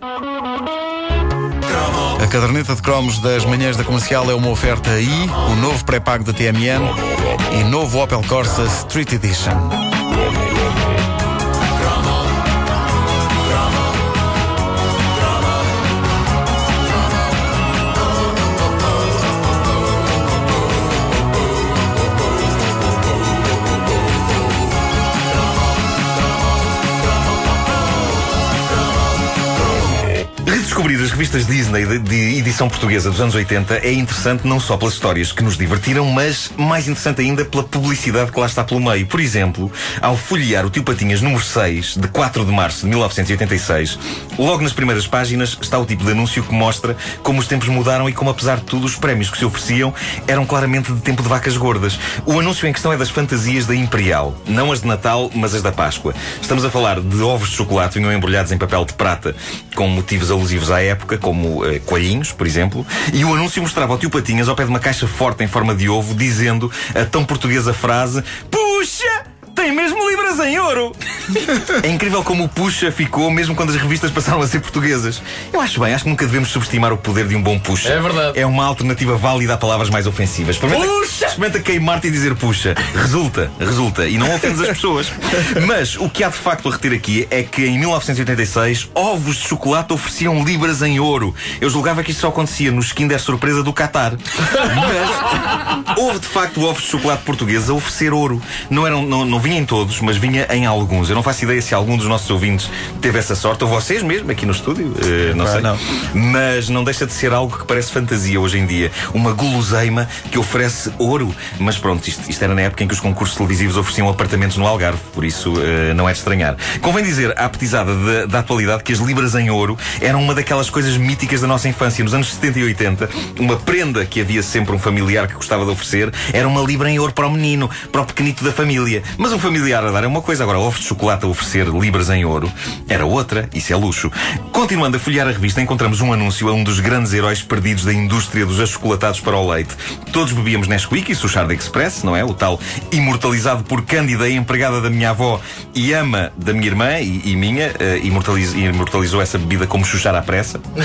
A caderneta de cromos das manhãs da Comercial é uma oferta aí, o novo pré-pago da TMN e novo Opel Corsa Street Edition. Redescobrir as revistas Disney de edição portuguesa dos anos 80 é interessante não só pelas histórias que nos divertiram, mas mais interessante ainda pela publicidade que lá está pelo meio. Por exemplo, ao folhear o Tio Patinhas número 6, de 4 de março de 1986, logo nas primeiras páginas está o tipo de anúncio que mostra como os tempos mudaram e como, apesar de tudo, os prémios que se ofereciam eram claramente de tempo de vacas gordas. O anúncio em questão é das fantasias da Imperial. Não as de Natal, mas as da Páscoa. Estamos a falar de ovos de chocolate vinham embrulhados em papel de prata com motivos alusivos à época, como coelhinhos, por exemplo, e o anúncio mostrava o Tio Patinhas ao pé de uma caixa forte em forma de ovo, dizendo a tão portuguesa frase: "Puxa! Tem mesmo libras em ouro!" É incrível como o puxa ficou, mesmo quando as revistas passaram a ser portuguesas. Eu acho que nunca devemos subestimar o poder de um bom puxa. É verdade. É uma alternativa válida a palavras mais ofensivas. Experimenta queimar-te e dizer puxa. Resulta. E não ofendes as pessoas. Mas o que há de facto a reter aqui é que em 1986 ovos de chocolate ofereciam libras em ouro. Eu julgava que isto só acontecia no Kinder Surpresa do Qatar. Mas houve de facto ovos de chocolate portugueses a oferecer ouro. Não vinha em todos, mas vinha em alguns. Eu não faço ideia se algum dos nossos ouvintes teve essa sorte, ou vocês mesmo, aqui no estúdio, não sei. Não. Mas não deixa de ser algo que parece fantasia hoje em dia. Uma guloseima que oferece ouro. Mas pronto, isto era na época em que os concursos televisivos ofereciam apartamentos no Algarve, por isso não é de estranhar. Convém dizer à petizada da atualidade que as libras em ouro eram uma daquelas coisas míticas da nossa infância. Nos anos 70 e 80, uma prenda que havia sempre um familiar que gostava de oferecer era uma libra em ouro para o menino, para o pequenito da família. Mas um familiar a dar é uma coisa, agora ovos de chocolate a oferecer libras em ouro era outra, isso é luxo. Continuando a folhear a revista, encontramos um anúncio a um dos grandes heróis perdidos da indústria dos achocolatados para o leite. Todos bebíamos Nesquik e Suchard Express, não é? O tal imortalizado por Cândida, empregada da minha avó e ama da minha irmã e minha, imortalizou essa bebida como chuchar à pressa, não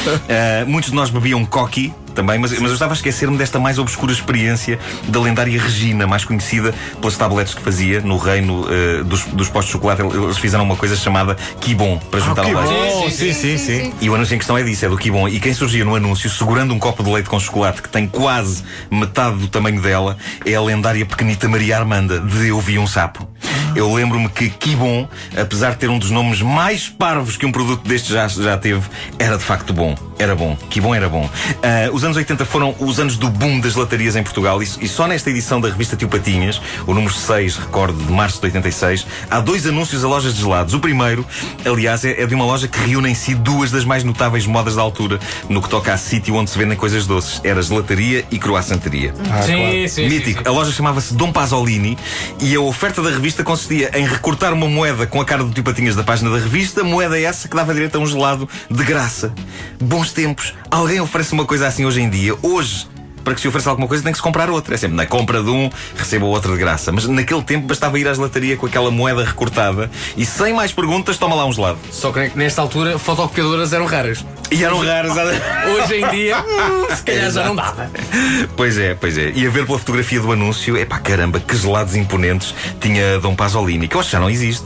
é? Muitos de nós bebiam Coqui também, mas eu estava a esquecer-me desta mais obscura experiência da lendária Regina, mais conhecida pelas tabletes que fazia no reino dos postos de chocolate. Eles fizeram uma coisa chamada Kibon para juntar ao leite. Sim. E o anúncio em questão é disso, é do Kibon. E quem surgia no anúncio, segurando um copo de leite com chocolate que tem quase metade do tamanho dela, é a lendária pequenita Maria Armanda, de Eu Vi um Sapo. Eu lembro-me que Kibon, apesar de ter um dos nomes mais parvos que um produto deste já teve, era de facto bom. Era bom. Kibon era bom. Os anos 80 foram os anos do boom das gelatarias em Portugal e só nesta edição da revista Tio Patinhas, o número 6, recordo, de março de 86, há 2 anúncios a lojas de gelados. O primeiro, aliás, é de uma loja que reúne em si 2 das mais notáveis modas da altura no que toca a sítio onde se vendem coisas doces. Era gelataria e croissanteria. Sim. Mítico. A loja chamava-se Dom Pasolini e a oferta da revista consistia em recortar uma moeda com a cara do Tio Patinhas da página da revista, moeda essa que dava direito a um gelado de graça. Bons tempos. Alguém oferece uma coisa assim hoje em dia? Hoje, para que se ofereça alguma coisa tem que se comprar outra. É sempre na compra de um, receba outra de graça. Mas naquele tempo bastava ir à gelataria com aquela moeda recortada e sem mais perguntas toma lá um gelado. Só que nesta altura fotocopiadoras eram raras. E eram raras. Hoje em dia, se calhar já não dava. Pois é. E a ver pela fotografia do anúncio, caramba, que gelados imponentes tinha Dom Pasolini, que eu acho que já não existe.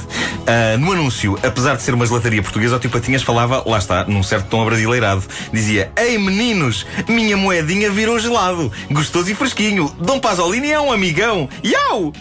No anúncio, apesar de ser uma gelataria portuguesa, o Tio Patinhas falava, lá está, num certo tom abrasileirado. Dizia: "Ei meninos, minha moedinha virou gelado. Gostoso e fresquinho. Dom Pasolini é um amigão. Iau!"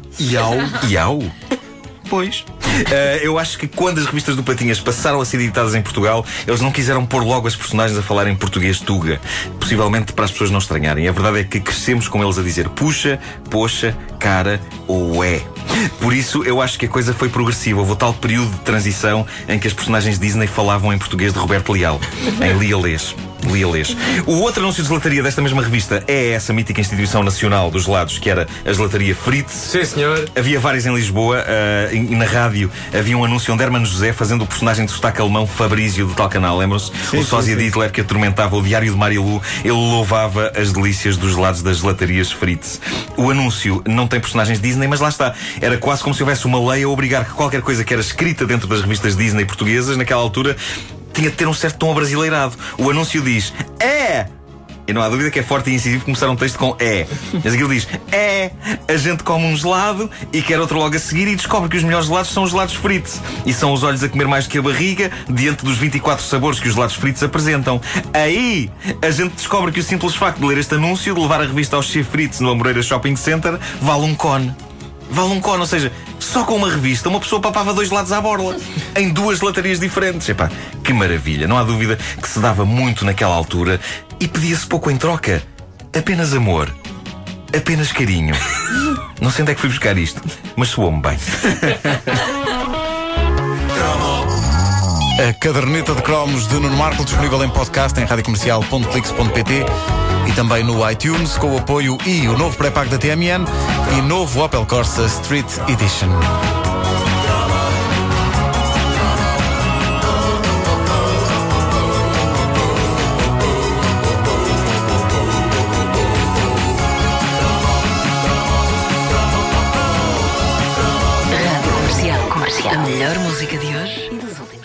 Iau? Pois. Eu acho que quando as revistas do Patinhas passaram a ser editadas em Portugal, eles não quiseram pôr logo as personagens a falar em português tuga. Possivelmente para as pessoas não estranharem. A verdade é que crescemos com eles a dizer puxa, poxa, cara ou é. Por isso eu acho que a coisa foi progressiva. Houve o tal período de transição em que as personagens Disney falavam em português de Roberto Leal, em Lealês. O outro anúncio de gelataria desta mesma revista é essa mítica instituição nacional dos gelados, que era a gelataria Fritz. Sim, senhor. Havia várias em Lisboa e na rádio havia um anúncio onde Hermano José fazendo o personagem de sotaque alemão Fabrício do tal canal, lembram-se? O sósia de Hitler que atormentava o Diário de Marilu. Ele louvava as delícias dos gelados das gelatarias Fritz. O anúncio não tem personagens Disney, mas lá está. Era quase como se houvesse uma lei a obrigar que qualquer coisa que era escrita dentro das revistas Disney portuguesas naquela altura tinha de ter um certo tom abrasileirado. O anúncio diz: é! E não há dúvida que é forte e incisivo começar um texto com é. Mas aquilo diz: é, a gente come um gelado e quer outro logo a seguir e descobre que os melhores gelados são os gelados fritos. E são os olhos a comer mais do que a barriga diante dos 24 sabores que os gelados fritos apresentam. Aí, a gente descobre que o simples facto de ler este anúncio, de levar a revista aos Chef Fritos no Amoreira Shopping Center, vale um cone. Vale um cone, ou seja, só com uma revista uma pessoa papava 2 gelados à borla em 2 gelatarias diferentes. Epá, que maravilha. Não há dúvida que se dava muito naquela altura e pedia-se pouco em troca. Apenas amor. Apenas carinho. Não sei onde é que fui buscar isto, mas soou-me bem. A caderneta de cromos de Nuno Marco, disponível em podcast em radiocomercial.clix.pt e também no iTunes, com o apoio e o novo pré-pago da TMN e novo Opel Corsa Street Edition. Rádio Comercial. A melhor música de hoje e dos últimos.